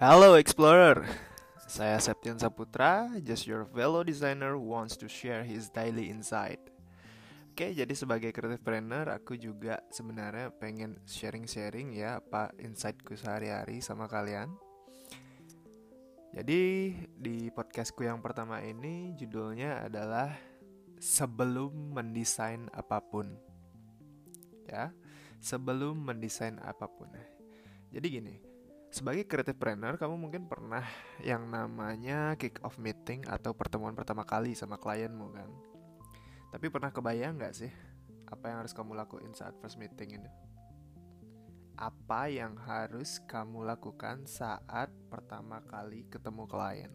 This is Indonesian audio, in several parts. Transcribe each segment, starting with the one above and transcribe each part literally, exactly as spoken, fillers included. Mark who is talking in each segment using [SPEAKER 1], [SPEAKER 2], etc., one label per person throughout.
[SPEAKER 1] Halo Explorer, saya Septian Saputra, just your fellow designer who wants to share his daily insight. Oke, jadi sebagai creative planner, aku juga sebenarnya pengen sharing-sharing ya apa insightku sehari-hari sama kalian. Jadi di podcastku yang pertama ini judulnya adalah Sebelum Mendesain Apapun. Ya, sebelum mendesain apapun. Jadi gini, sebagai creative planner, kamu mungkin pernah yang namanya kick off meeting atau pertemuan pertama kali sama klienmu kan. Tapi pernah kebayang gak sih apa yang harus kamu lakuin saat first meeting ini? Apa yang harus kamu lakukan saat pertama kali ketemu klien?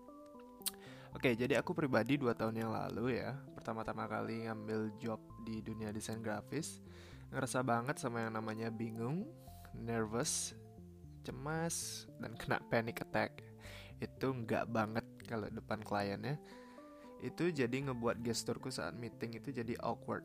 [SPEAKER 1] Oke, jadi aku pribadi dua tahun yang lalu ya, pertama-tama kali ngambil job di dunia desain grafis, ngerasa banget sama yang namanya bingung, nervous, cemas, dan kena panic attack. Itu nggak banget kalau depan kliennya. Itu jadi ngebuat gesturku saat meeting itu jadi awkward.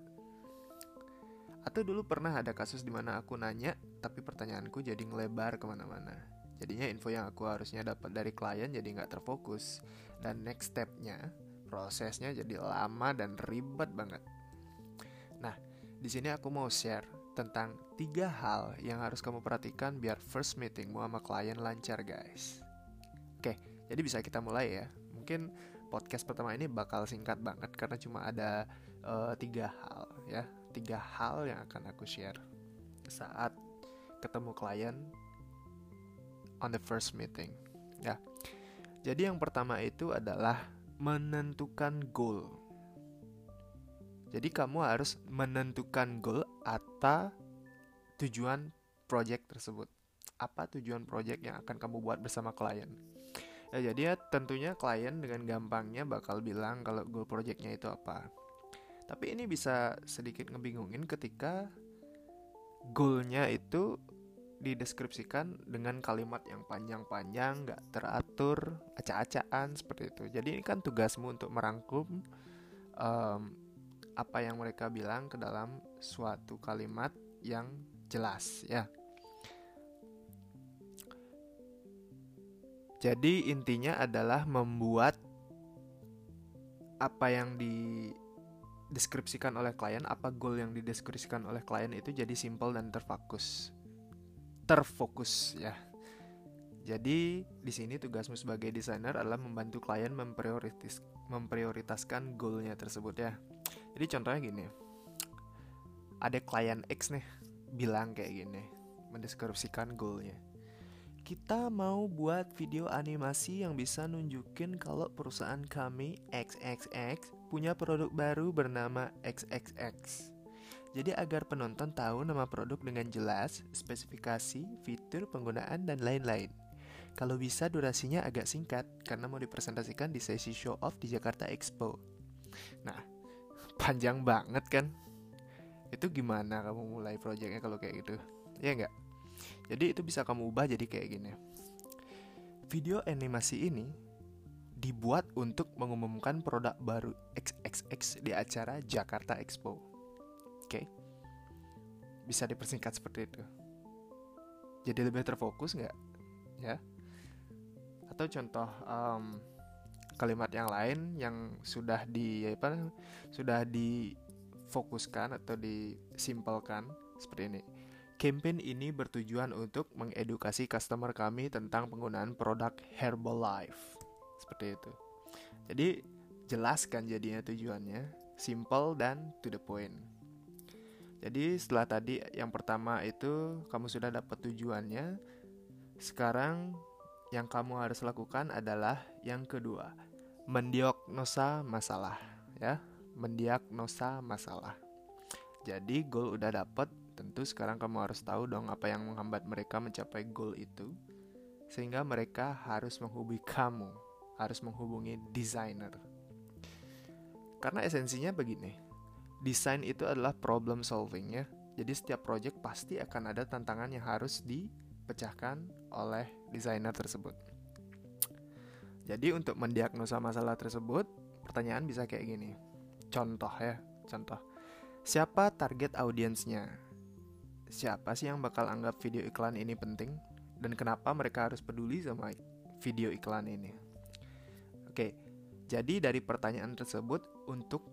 [SPEAKER 1] Atau dulu pernah ada kasus dimana aku nanya, tapi pertanyaanku jadi ngelebar kemana-mana. Jadinya info yang aku harusnya dapat dari klien jadi nggak terfokus. Dan next stepnya, prosesnya jadi lama dan ribet banget. Nah, di sini aku mau share tentang tiga hal yang harus kamu perhatikan biar first meetingmu sama klien lancar, guys. Oke, jadi bisa kita mulai ya. Mungkin podcast pertama ini bakal singkat banget karena cuma ada uh, tiga hal ya, tiga hal yang akan aku share saat ketemu klien on the first meeting. Ya, jadi yang pertama itu adalah menentukan goal. Jadi kamu harus menentukan goal atau tujuan project tersebut. Apa tujuan project yang akan kamu buat bersama klien? Ya, jadi ya tentunya klien dengan gampangnya bakal bilang kalau goal projectnya itu apa. Tapi ini bisa sedikit ngebingungin ketika goalnya itu dideskripsikan dengan kalimat yang panjang-panjang, gak teratur, acak-acakan seperti itu. Jadi ini kan tugasmu untuk merangkum um, apa yang mereka bilang ke dalam suatu kalimat yang jelas ya. Jadi intinya adalah membuat apa yang dideskripsikan oleh klien, apa goal yang dideskripsikan oleh klien itu jadi simple dan terfokus. Terfokus ya. Jadi di sini tugasmu sebagai desainer adalah membantu klien memprioritas memprioritaskan goalnya tersebut ya. Jadi contohnya gini, ada klien X nih bilang kayak gini, mendeskripsikan goalnya. Kita mau buat video animasi yang bisa nunjukin kalau perusahaan kami X X X punya produk baru bernama X X X. Jadi agar penonton tahu nama produk dengan jelas, spesifikasi, fitur penggunaan, dan lain-lain. Kalau bisa durasinya agak singkat karena mau dipresentasikan di sesi show off di Jakarta Expo. Nah, panjang banget kan? Itu gimana kamu mulai projectnya kalau kayak gitu? Ya enggak? Jadi itu bisa kamu ubah jadi kayak gini. Video animasi ini dibuat untuk mengumumkan produk baru X X X di acara Jakarta Expo. Oke, okay. Bisa dipersingkat seperti itu. Jadi lebih terfokus nggak? Ya. Atau contoh um, kalimat yang lain yang sudah di apa? Sudah difokuskan atau disimpelkan seperti ini. Campaign ini bertujuan untuk mengedukasi customer kami tentang penggunaan produk Herbalife. Seperti itu. Jadi jelaskan jadinya tujuannya, simple dan to the point. Jadi setelah tadi yang pertama itu kamu sudah dapat tujuannya. Sekarang yang kamu harus lakukan adalah yang kedua, mendiagnosa masalah ya, mendiagnosa masalah. Jadi goal udah dapat, tentu sekarang kamu harus tahu dong apa yang menghambat mereka mencapai goal itu, sehingga mereka harus menghubungi kamu, harus menghubungi desainer. Karena esensinya begini, desain itu adalah problem solving ya. Jadi setiap project pasti akan ada tantangan yang harus dipecahkan oleh desainer tersebut. Jadi untuk mendiagnosa masalah tersebut, pertanyaan bisa kayak gini. Contoh ya, contoh. Siapa target audiensnya? Siapa sih yang bakal anggap video iklan ini penting? dan kenapa mereka harus peduli sama video iklan ini. Oke, jadi dari pertanyaan tersebut untuk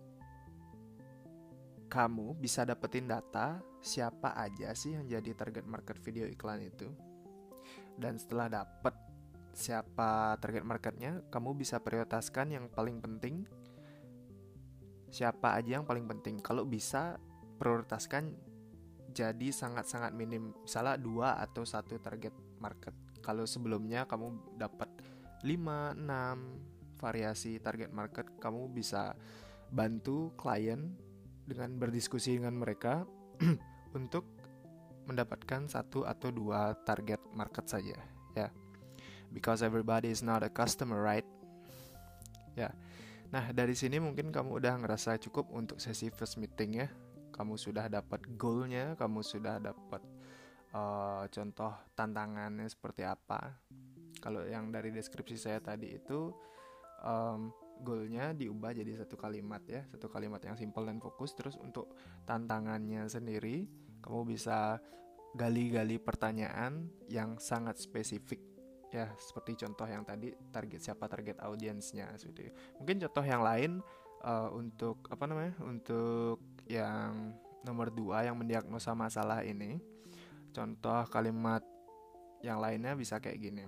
[SPEAKER 1] kamu bisa dapetin data siapa aja sih yang jadi target market video iklan itu. Dan setelah dapet siapa target marketnya, kamu bisa prioritaskan yang paling penting. Siapa aja yang paling penting. Kalau bisa prioritaskan jadi sangat-sangat minim, misalnya dua atau satu target market. Kalau sebelumnya kamu dapat lima, enam variasi target market, kamu bisa bantu klien dengan berdiskusi dengan mereka untuk mendapatkan satu atau dua target market saja, ya. Because everybody is not a customer, right? Ya. Nah, dari sini mungkin kamu udah ngerasa cukup untuk sesi first meeting ya. Kamu sudah dapat goal-nya, kamu sudah dapat uh, contoh tantangannya seperti apa. Kalau yang dari deskripsi saya tadi itu um, goalnya diubah jadi satu kalimat ya, satu kalimat yang simple dan fokus. Terus untuk tantangannya sendiri, kamu bisa gali-gali pertanyaan yang sangat spesifik ya, seperti contoh yang tadi, target siapa target audiensnya seperti itu. Mungkin contoh yang lain uh, untuk apa namanya, untuk yang nomor dua yang mendiagnosa masalah ini, contoh kalimat yang lainnya bisa kayak gini.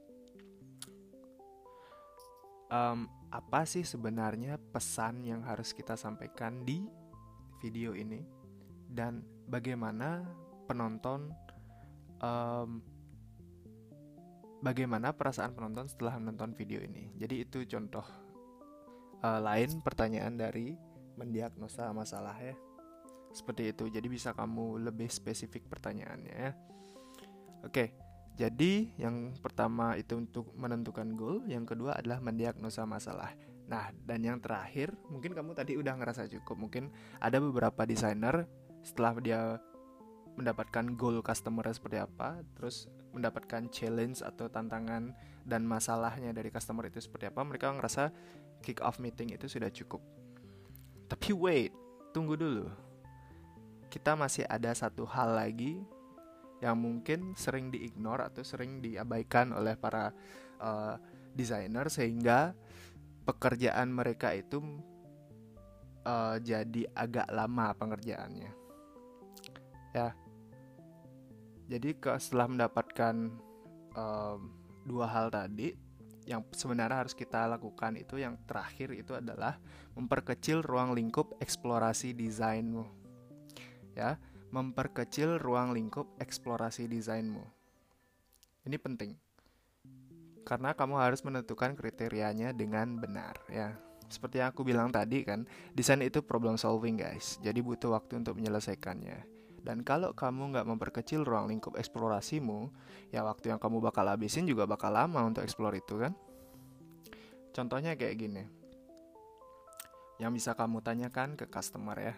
[SPEAKER 1] Um, apa sih sebenarnya pesan yang harus kita sampaikan di video ini, dan bagaimana penonton um, bagaimana perasaan penonton setelah menonton video ini. Jadi itu contoh uh, lain pertanyaan dari mendiagnosa masalah ya, seperti itu. Jadi bisa kamu lebih spesifik pertanyaannya ya. Oke, jadi yang pertama itu untuk menentukan goal, yang kedua adalah mendiagnosa masalah. Nah, dan yang terakhir, mungkin kamu tadi udah ngerasa cukup. Mungkin ada beberapa desainer setelah dia mendapatkan goal customer seperti apa, terus mendapatkan challenge atau tantangan dan masalahnya dari customer itu seperti apa, mereka ngerasa kick off meeting itu sudah cukup. Tapi wait, tunggu dulu. Kita masih ada satu hal lagi yang mungkin sering diignore atau sering diabaikan oleh para uh, desainer, sehingga pekerjaan mereka itu uh, jadi agak lama pengerjaannya. Ya, jadi ke, setelah mendapatkan um, dua hal tadi, yang sebenarnya harus kita lakukan itu yang terakhir itu adalah memperkecil ruang lingkup eksplorasi desainmu. Ya, memperkecil ruang lingkup eksplorasi desainmu. Ini penting, karena kamu harus menentukan kriterianya dengan benar ya. Seperti yang aku bilang tadi kan, desain itu problem solving guys, jadi butuh waktu untuk menyelesaikannya. Dan kalau kamu gak memperkecil ruang lingkup eksplorasimu, ya waktu yang kamu bakal habisin juga bakal lama untuk explore itu kan. Contohnya kayak gini, yang bisa kamu tanyakan ke customer ya,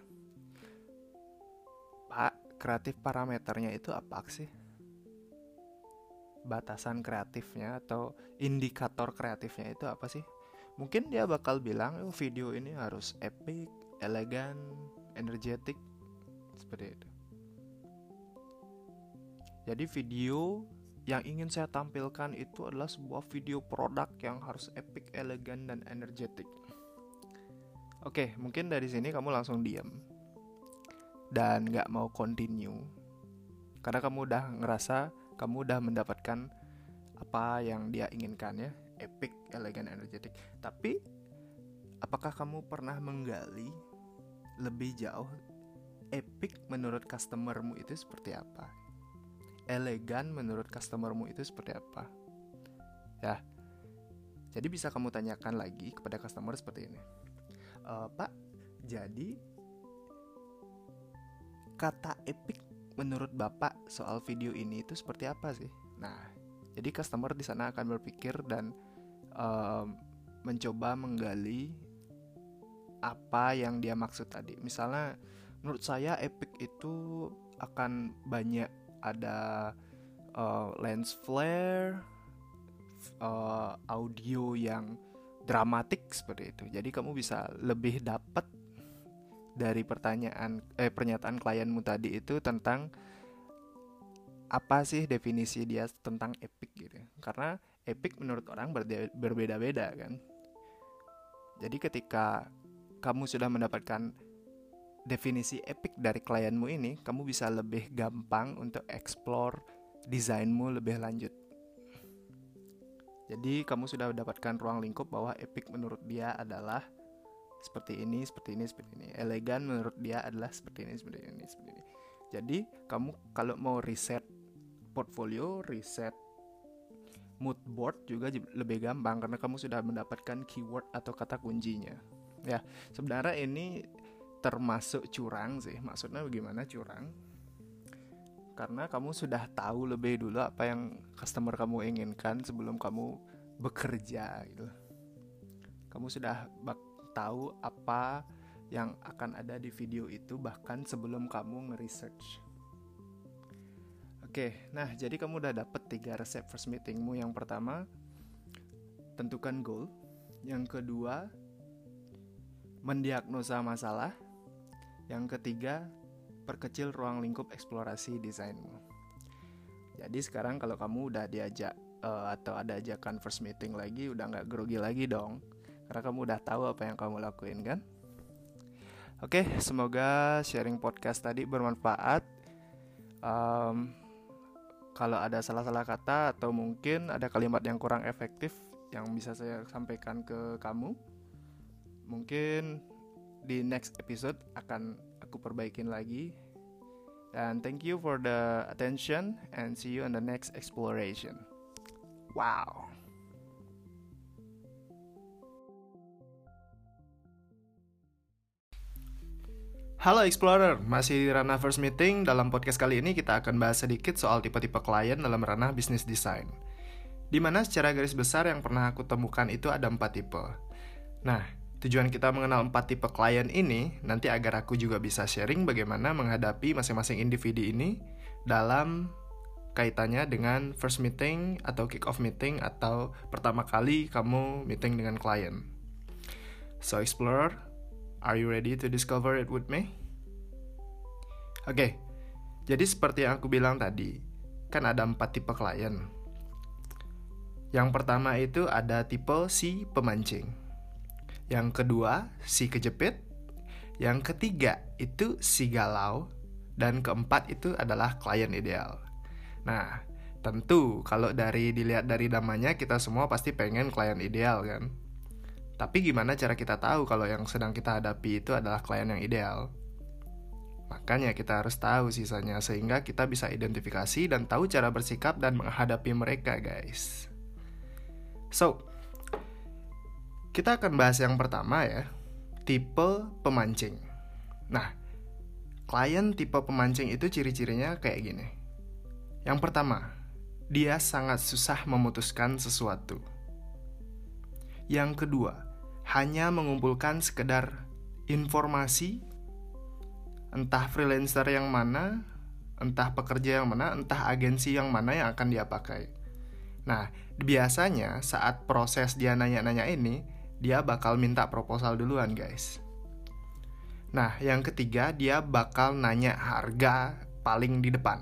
[SPEAKER 1] Pak, kreatif parameternya itu apa sih? Batasan kreatifnya atau indikator kreatifnya itu apa sih? Mungkin dia bakal bilang, oh video ini harus epic, elegan, energetic, seperti itu. Jadi video yang ingin saya tampilkan itu adalah sebuah video produk yang harus epic, elegan, dan energetic. Oke, mungkin dari sini kamu langsung diam dan gak mau continue, karena kamu udah ngerasa kamu udah mendapatkan apa yang dia inginkan ya, epic, elegan, energetic. Tapi apakah kamu pernah menggali lebih jauh, epic menurut customermu itu seperti apa, elegan menurut customermu itu seperti apa ya? Jadi bisa kamu tanyakan lagi kepada customer seperti ini, e, Pak, jadi kata epic menurut Bapak soal video ini itu seperti apa sih? Nah, jadi customer di sana akan berpikir dan um, mencoba menggali apa yang dia maksud tadi. Misalnya, menurut saya epic itu akan banyak ada uh, lens flare, uh, audio yang dramatik seperti itu. Jadi kamu bisa lebih dapat dari pertanyaan eh pernyataan klienmu tadi itu tentang apa sih definisi dia tentang epic gitu. Karena epic menurut orang berde- berbeda-beda kan. Jadi ketika kamu sudah mendapatkan definisi epic dari klienmu ini, kamu bisa lebih gampang untuk explore desainmu lebih lanjut. Jadi kamu sudah mendapatkan ruang lingkup bahwa epic menurut dia adalah seperti ini, seperti ini, seperti ini. Elegan menurut dia adalah seperti ini, seperti ini, seperti ini. Jadi kamu kalau mau riset portfolio, riset mood board juga lebih gampang karena kamu sudah mendapatkan keyword atau kata kuncinya. Ya, sebenarnya ini termasuk curang sih. Maksudnya bagaimana curang? Karena kamu sudah tahu lebih dulu apa yang customer kamu inginkan sebelum kamu bekerja gitu. Kamu sudah bak- tahu apa yang akan ada di video itu bahkan sebelum kamu nge-research. Oke, nah jadi kamu udah dapet tiga resep first meetingmu. Yang pertama, tentukan goal. Yang kedua, mendiagnosa masalah. Yang ketiga, perkecil ruang lingkup eksplorasi desainmu. Jadi sekarang kalau kamu udah diajak uh, atau ada ajakan first meeting lagi, udah gak grogi lagi dong. Karena kamu udah tahu apa yang kamu lakuin kan. Oke, semoga sharing podcast tadi bermanfaat. um, Kalau ada salah-salah kata atau mungkin ada kalimat yang kurang efektif yang bisa saya sampaikan ke kamu, mungkin di next episode akan aku perbaikin lagi. And thank you for the attention and see you on the next exploration. Wow. Halo Explorer, masih di ranah first meeting. Dalam podcast kali ini kita akan bahas sedikit soal tipe-tipe klien dalam ranah bisnis design. Dimana secara garis besar yang pernah aku temukan itu ada empat tipe. Nah, tujuan kita mengenal empat tipe klien ini nanti agar aku juga bisa sharing bagaimana menghadapi masing-masing individu ini dalam kaitannya dengan first meeting atau kick off meeting atau pertama kali kamu meeting dengan klien. So Explorer, are you ready to discover it with me? Oke, okay, jadi seperti yang aku bilang tadi, kan ada empat tipe klien. Yang pertama itu ada tipe si pemancing. Yang kedua, si kejepit. Yang ketiga itu si galau. Dan keempat itu adalah klien ideal. Nah, tentu kalau dari dilihat dari namanya kita semua pasti pengen klien ideal kan. Tapi gimana cara kita tahu kalau yang sedang kita hadapi itu adalah klien yang ideal? Makanya kita harus tahu sisanya sehingga kita bisa identifikasi dan tahu cara bersikap dan menghadapi mereka, guys. So, kita akan bahas yang pertama ya, tipe pemancing. Nah, klien tipe pemancing itu ciri-cirinya kayak gini. Yang pertama, dia sangat susah memutuskan sesuatu. Yang kedua, hanya mengumpulkan sekedar informasi, entah freelancer yang mana, entah pekerja yang mana, entah agensi yang mana yang akan dia pakai. Nah, biasanya saat proses dia nanya-nanya ini, dia bakal minta proposal duluan, guys. Nah, yang ketiga, dia bakal nanya harga paling di depan.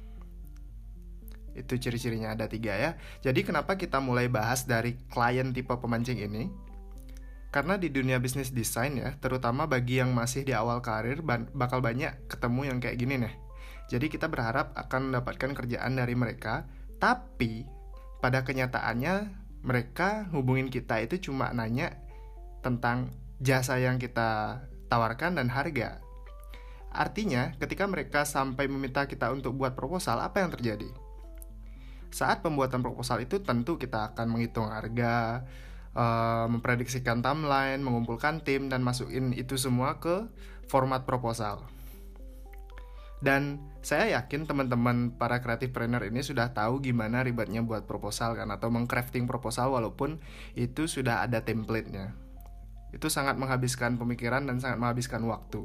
[SPEAKER 1] Itu ciri-cirinya ada tiga ya. Jadi kenapa kita mulai bahas dari klien tipe pemancing ini? Karena di dunia bisnis desain ya, terutama bagi yang masih di awal karir, bakal banyak ketemu yang kayak gini nih. Jadi kita berharap akan mendapatkan kerjaan dari mereka, tapi pada kenyataannya mereka hubungin kita itu cuma nanya tentang jasa yang kita tawarkan dan harga. Artinya, ketika mereka sampai meminta kita untuk buat proposal, apa yang terjadi? Saat pembuatan proposal itu tentu kita akan menghitung harga, Uh, memprediksikan timeline, mengumpulkan tim, dan masukin itu semua ke format proposal. Dan saya yakin teman-teman para creative planner ini sudah tahu gimana ribetnya buat proposal kan, atau mengcrafting proposal walaupun itu sudah ada template-nya. Itu sangat menghabiskan pemikiran dan sangat menghabiskan waktu.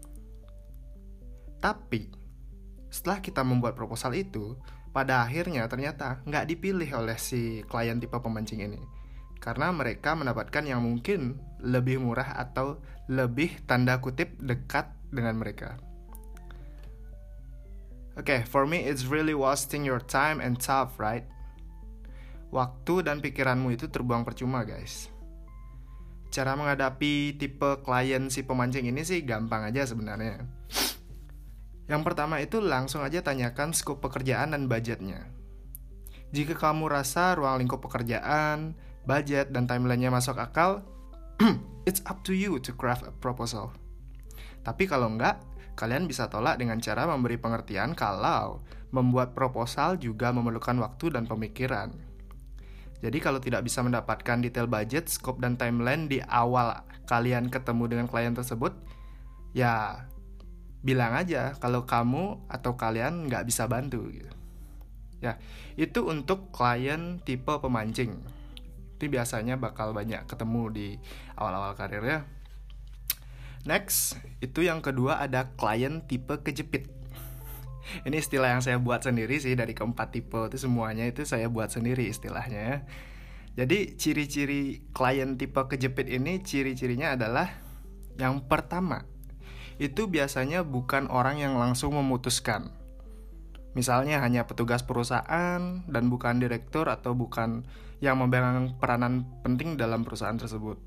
[SPEAKER 1] Tapi setelah kita membuat proposal itu, pada akhirnya ternyata nggak dipilih oleh si klien tipe pemancing ini. Karena mereka mendapatkan yang mungkin lebih murah atau lebih tanda kutip dekat dengan mereka. Oke, okay, for me it's really wasting your time and tough, right? Waktu dan pikiranmu itu terbuang percuma, guys. Cara menghadapi tipe klien si pemancing ini sih gampang aja sebenarnya. Yang pertama itu langsung aja tanyakan skop pekerjaan dan budgetnya. Jika kamu rasa ruang lingkup pekerjaan, budget, dan timeline-nya masuk akal, it's up to you to craft a proposal. Tapi kalau enggak, kalian bisa tolak dengan cara memberi pengertian kalau membuat proposal juga memerlukan waktu dan pemikiran. Jadi kalau tidak bisa mendapatkan detail budget, scope, dan timeline di awal kalian ketemu dengan klien tersebut, ya bilang aja kalau kamu atau kalian nggak bisa bantu gitu. Ya, itu untuk klien tipe pemancing. Itu biasanya bakal banyak ketemu di awal-awal karir ya. Next, itu yang kedua ada klien tipe kejepit. Ini istilah yang saya buat sendiri sih, dari keempat tipe itu semuanya itu saya buat sendiri istilahnya ya. Jadi ciri-ciri klien tipe kejepit ini, ciri-cirinya adalah yang pertama, itu biasanya bukan orang yang langsung memutuskan. Misalnya hanya petugas perusahaan dan bukan direktur atau bukan yang memegang peranan penting dalam perusahaan tersebut.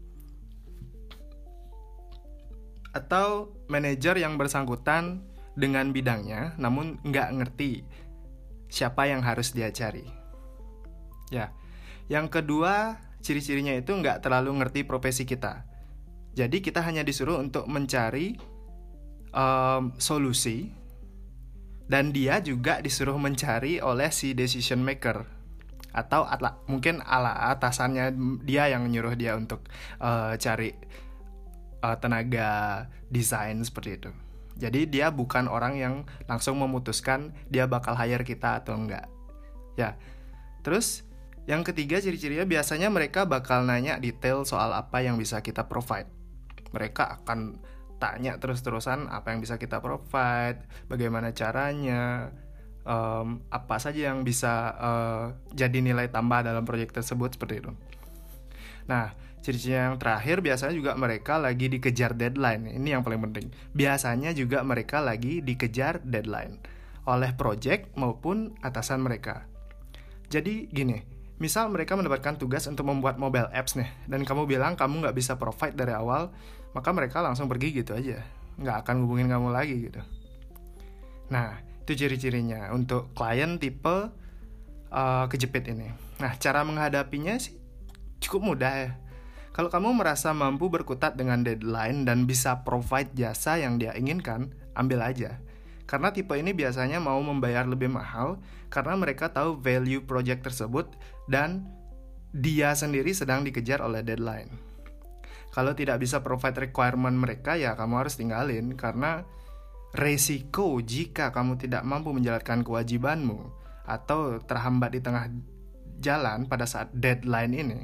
[SPEAKER 1] Atau manajer yang bersangkutan dengan bidangnya namun nggak ngerti siapa yang harus dia cari. Ya, yang kedua ciri-cirinya itu nggak terlalu ngerti profesi kita. Jadi kita hanya disuruh untuk mencari um, solusi, dan dia juga disuruh mencari oleh si decision maker atau atla, mungkin ala atasannya dia yang nyuruh dia untuk uh, cari uh, tenaga desain seperti itu. Jadi dia bukan orang yang langsung memutuskan dia bakal hire kita atau enggak. Ya. Terus yang ketiga ciri-cirinya biasanya mereka bakal nanya detail soal apa yang bisa kita provide. Mereka akan tanya terus-terusan apa yang bisa kita provide, bagaimana caranya, um, apa saja yang bisa uh, jadi nilai tambah dalam proyek tersebut, seperti itu. Nah, ciri-ciri yang terakhir biasanya juga mereka lagi dikejar deadline. Ini yang paling penting. Biasanya juga mereka lagi dikejar deadline oleh project maupun atasan mereka. Jadi gini, misal mereka mendapatkan tugas untuk membuat mobile apps nih, dan kamu bilang kamu nggak bisa provide dari awal, maka mereka langsung pergi gitu aja, nggak akan hubungin kamu lagi gitu. Nah, itu ciri-cirinya untuk klien tipe uh, kejepit ini. Nah, cara menghadapinya sih cukup mudah ya. Kalau kamu merasa mampu berkutat dengan deadline dan bisa provide jasa yang dia inginkan, ambil aja. Karena tipe ini biasanya mau membayar lebih mahal karena mereka tahu value project tersebut dan dia sendiri sedang dikejar oleh deadline. Kalau tidak bisa provide requirement mereka, ya kamu harus tinggalin, karena resiko jika kamu tidak mampu menjalankan kewajibanmu atau terhambat di tengah jalan pada saat deadline ini,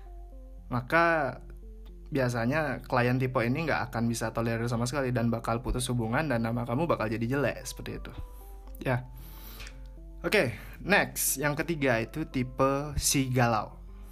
[SPEAKER 1] maka biasanya klien tipe ini nggak akan bisa tolerir sama sekali dan bakal putus hubungan dan nama kamu bakal jadi jelek seperti itu. Ya, oke, okay, next yang ketiga itu tipe si galau.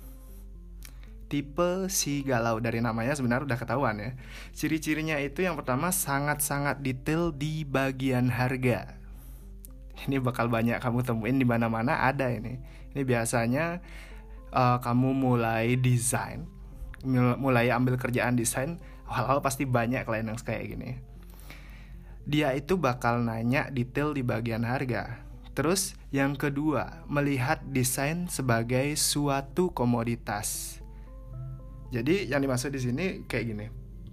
[SPEAKER 1] Tipe si galau dari namanya sebenarnya udah ketahuan ya. Ciri-cirinya itu yang pertama sangat-sangat detail di bagian harga. Ini bakal banyak kamu temuin di mana-mana ada ini. Ini biasanya uh, kamu mulai desain, mulai ambil kerjaan desain, awal-awal pasti banyak klien yang kayak gini. Dia itu bakal nanya detail di bagian harga. Terus yang kedua, melihat desain sebagai suatu komoditas. Jadi yang dimaksud di sini kayak gini.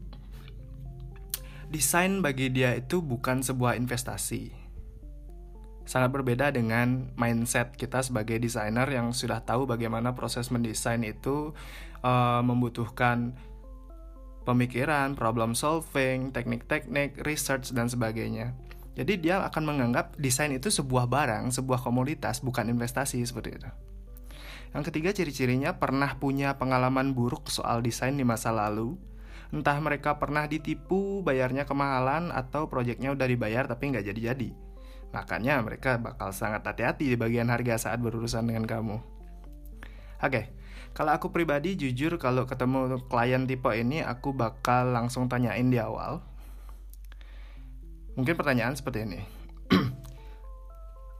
[SPEAKER 1] Desain bagi dia itu bukan sebuah investasi. Sangat berbeda dengan mindset kita sebagai desainer yang sudah tahu bagaimana proses mendesain itu uh, membutuhkan pemikiran, problem solving, teknik-teknik, research, dan sebagainya. Jadi dia akan menganggap desain itu sebuah barang, sebuah komoditas, bukan investasi, seperti itu. Yang ketiga, ciri-cirinya pernah punya pengalaman buruk soal desain di masa lalu. Entah mereka pernah ditipu, bayarnya kemahalan, atau proyeknya udah dibayar tapi nggak jadi-jadi. Makanya mereka bakal sangat hati-hati di bagian harga saat berurusan dengan kamu. Oke, kalau aku pribadi jujur kalau ketemu klien tipe ini, aku bakal langsung tanyain di awal. Mungkin pertanyaan seperti ini.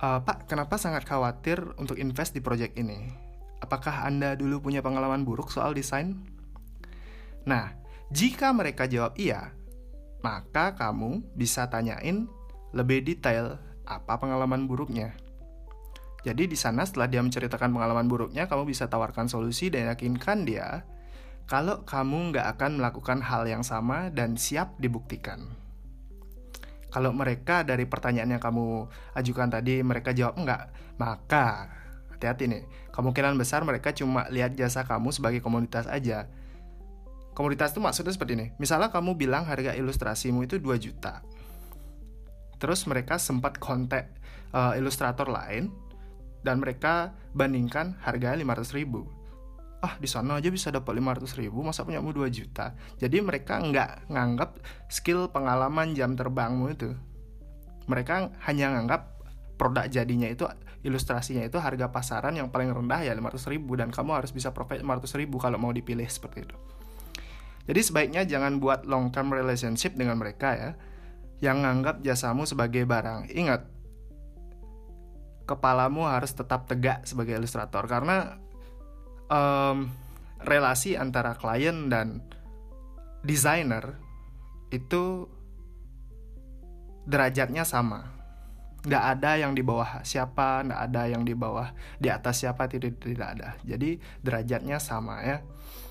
[SPEAKER 1] Uh, Pak, kenapa sangat khawatir untuk invest di proyek ini? Apakah Anda dulu punya pengalaman buruk soal desain? Nah, jika mereka jawab iya, maka kamu bisa tanyain lebih detail apa pengalaman buruknya. Jadi di sana setelah dia menceritakan pengalaman buruknya, kamu bisa tawarkan solusi dan yakinkan dia kalau kamu nggak akan melakukan hal yang sama dan siap dibuktikan. Kalau mereka dari pertanyaan yang kamu ajukan tadi, mereka jawab enggak, maka hati-hati nih, kemungkinan besar mereka cuma lihat jasa kamu sebagai komoditas aja. Komoditas itu maksudnya seperti ini. Misalnya kamu bilang harga ilustrasimu itu dua juta. Terus mereka sempat kontak uh, ilustrator lain, dan mereka bandingkan harganya lima ratus ribu. Ah, di sana aja bisa dapat lima ratus ribu, masa punyamu dua juta. Jadi mereka nggak nganggap skill, pengalaman, jam terbangmu itu. Mereka hanya nganggap produk jadinya itu, ilustrasinya itu harga pasaran yang paling rendah ya lima ratus ribu, dan kamu harus bisa profit lima ratus ribu kalau mau dipilih seperti itu. Jadi sebaiknya jangan buat long term relationship dengan mereka ya, yang nganggap jasamu sebagai barang. Ingat, kepalamu harus tetap tegak sebagai ilustrator, karena Um, relasi antara klien dan desainer itu derajatnya sama. Nggak ada yang di bawah siapa, nggak ada yang di bawah, di atas siapa, tidak, tidak ada. Jadi derajatnya sama ya.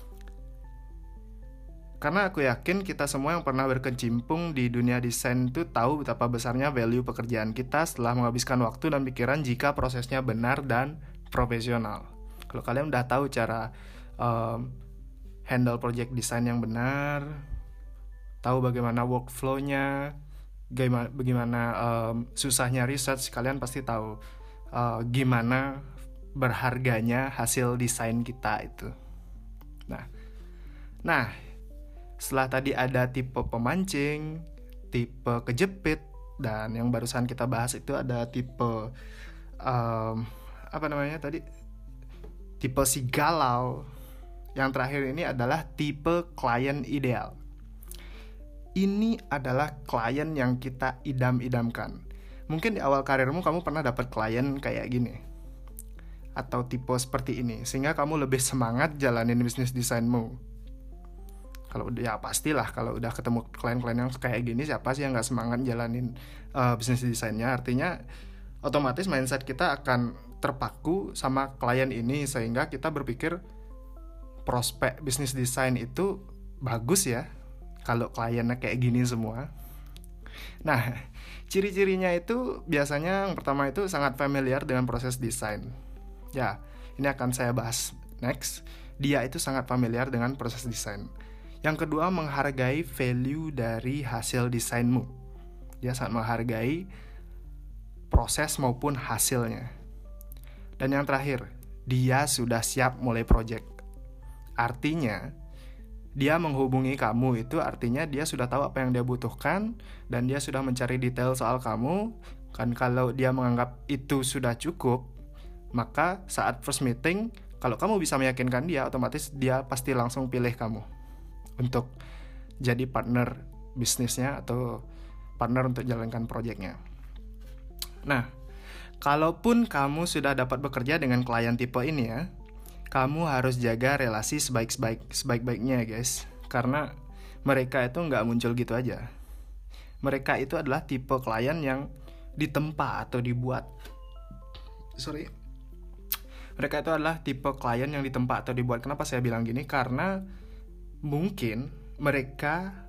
[SPEAKER 1] Karena aku yakin kita semua yang pernah berkecimpung di dunia desain itu tahu betapa besarnya value pekerjaan kita setelah menghabiskan waktu dan pikiran jika prosesnya benar dan profesional. Kalau kalian udah tahu cara um, handle project design yang benar, tahu bagaimana workflow-nya, bagaimana, bagaimana um, susahnya research, kalian pasti tahu uh, gimana berharganya hasil desain kita itu. Nah, nah, setelah tadi ada tipe pemancing, tipe kejepit, dan yang barusan kita bahas itu ada tipe um, apa namanya tadi? Tipe si galau. Yang terakhir ini adalah tipe klien ideal. Ini adalah klien yang kita idam-idamkan. Mungkin di awal karirmu kamu pernah dapat klien kayak gini, atau tipe seperti ini, sehingga kamu lebih semangat jalanin bisnis desainmu. Kalau ya pastilah kalau udah ketemu klien-klien yang kayak gini, siapa sih yang gak semangat jalanin uh, bisnis desainnya. Artinya otomatis mindset kita akan terpaku sama klien ini, sehingga kita berpikir prospek bisnis desain itu bagus ya kalau kliennya kayak gini semua. Nah, ciri-cirinya itu biasanya yang pertama itu sangat familiar dengan proses desain. Ya, ini akan saya bahas next. Dia itu sangat familiar dengan proses desain. Yang kedua, menghargai value dari hasil desainmu. Dia sangat menghargai proses maupun hasilnya. Dan yang terakhir, dia sudah siap mulai project. Artinya, dia menghubungi kamu itu artinya dia sudah tahu apa yang dia butuhkan, dan dia sudah mencari detail soal kamu. Kan kalau dia menganggap itu sudah cukup, maka saat first meeting, kalau kamu bisa meyakinkan dia, otomatis dia pasti langsung pilih kamu untuk jadi partner bisnisnya atau partner untuk jalankan proyeknya. Nah, kalaupun kamu sudah dapat bekerja dengan klien tipe ini ya, kamu harus jaga relasi sebaik-baik sebaik-baiknya guys. Karena mereka itu nggak muncul gitu aja. Mereka itu adalah tipe klien yang ditempa atau dibuat. Sorry. Mereka itu adalah tipe klien yang ditempa atau dibuat. Kenapa saya bilang gini? Karena mungkin mereka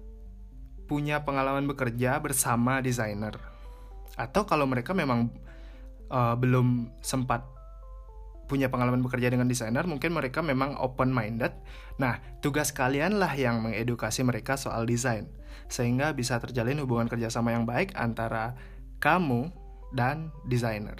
[SPEAKER 1] punya pengalaman bekerja bersama desainer. Atau kalau mereka memang Uh, belum sempat punya pengalaman bekerja dengan desainer, mungkin mereka memang open-minded. Nah, tugas kalian lah yang mengedukasi mereka soal desain, sehingga bisa terjalin hubungan kerjasama yang baik antara kamu dan desainer.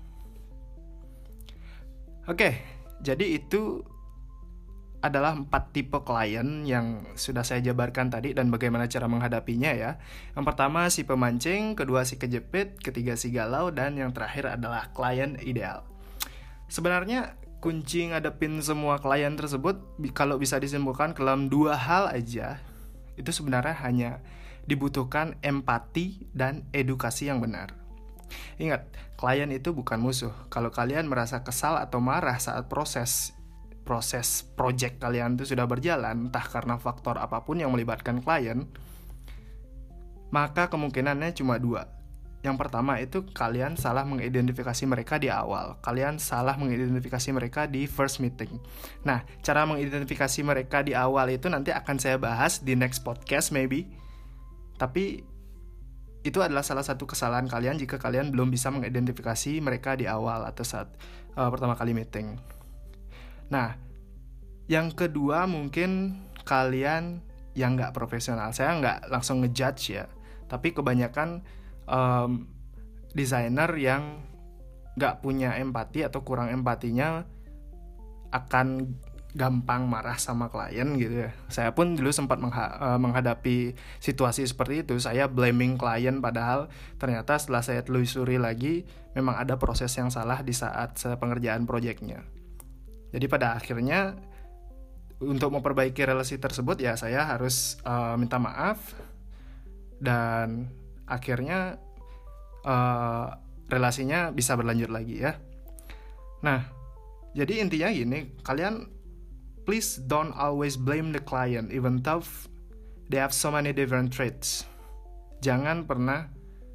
[SPEAKER 1] Oke, jadi itu adalah empat tipe klien yang sudah saya jabarkan tadi dan bagaimana cara menghadapinya ya. Yang pertama si pemancing, kedua si kejepit, ketiga si galau, dan yang terakhir adalah klien ideal. Sebenarnya kunci ngadepin semua klien tersebut kalau bisa disimpulkan ke dalam dua hal aja, itu sebenarnya hanya dibutuhkan empati dan edukasi yang benar. Ingat, klien itu bukan musuh. Kalau kalian merasa kesal atau marah saat proses proses project kalian itu sudah berjalan, entah karena faktor apapun yang melibatkan klien, maka kemungkinannya cuma dua. Yang pertama itu kalian salah mengidentifikasi mereka di awal. Kalian salah mengidentifikasi mereka di first meeting. Nah, cara mengidentifikasi mereka di awal itu nanti akan saya bahas di next podcast maybe. Tapi itu adalah salah satu kesalahan kalian jika kalian belum bisa mengidentifikasi mereka di awal atau saat uh, pertama kali meeting. Nah, yang kedua mungkin kalian yang nggak profesional. Saya nggak langsung ngejudge ya, tapi kebanyakan Um, desainer yang gak punya empati atau kurang empatinya akan gampang marah sama klien gitu ya. Saya pun dulu sempat mengha- uh, menghadapi situasi seperti itu. Saya blaming klien, padahal ternyata setelah saya telusuri lagi memang ada proses yang salah di saat pengerjaan proyeknya. Jadi pada akhirnya untuk memperbaiki relasi tersebut ya saya harus uh, minta maaf, dan akhirnya uh, relasinya bisa berlanjut lagi ya. Nah, jadi intinya gini, kalian please don't always blame the client even though they have so many different traits. Jangan pernah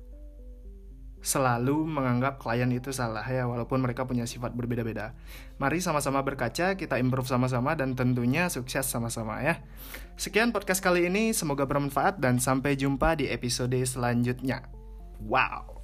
[SPEAKER 1] selalu menganggap klien itu salah ya, walaupun mereka punya sifat berbeda-beda. Mari sama-sama berkaca, kita improve sama-sama, dan tentunya sukses sama-sama ya. Sekian podcast kali ini, semoga bermanfaat dan sampai jumpa di episode selanjutnya. Wow.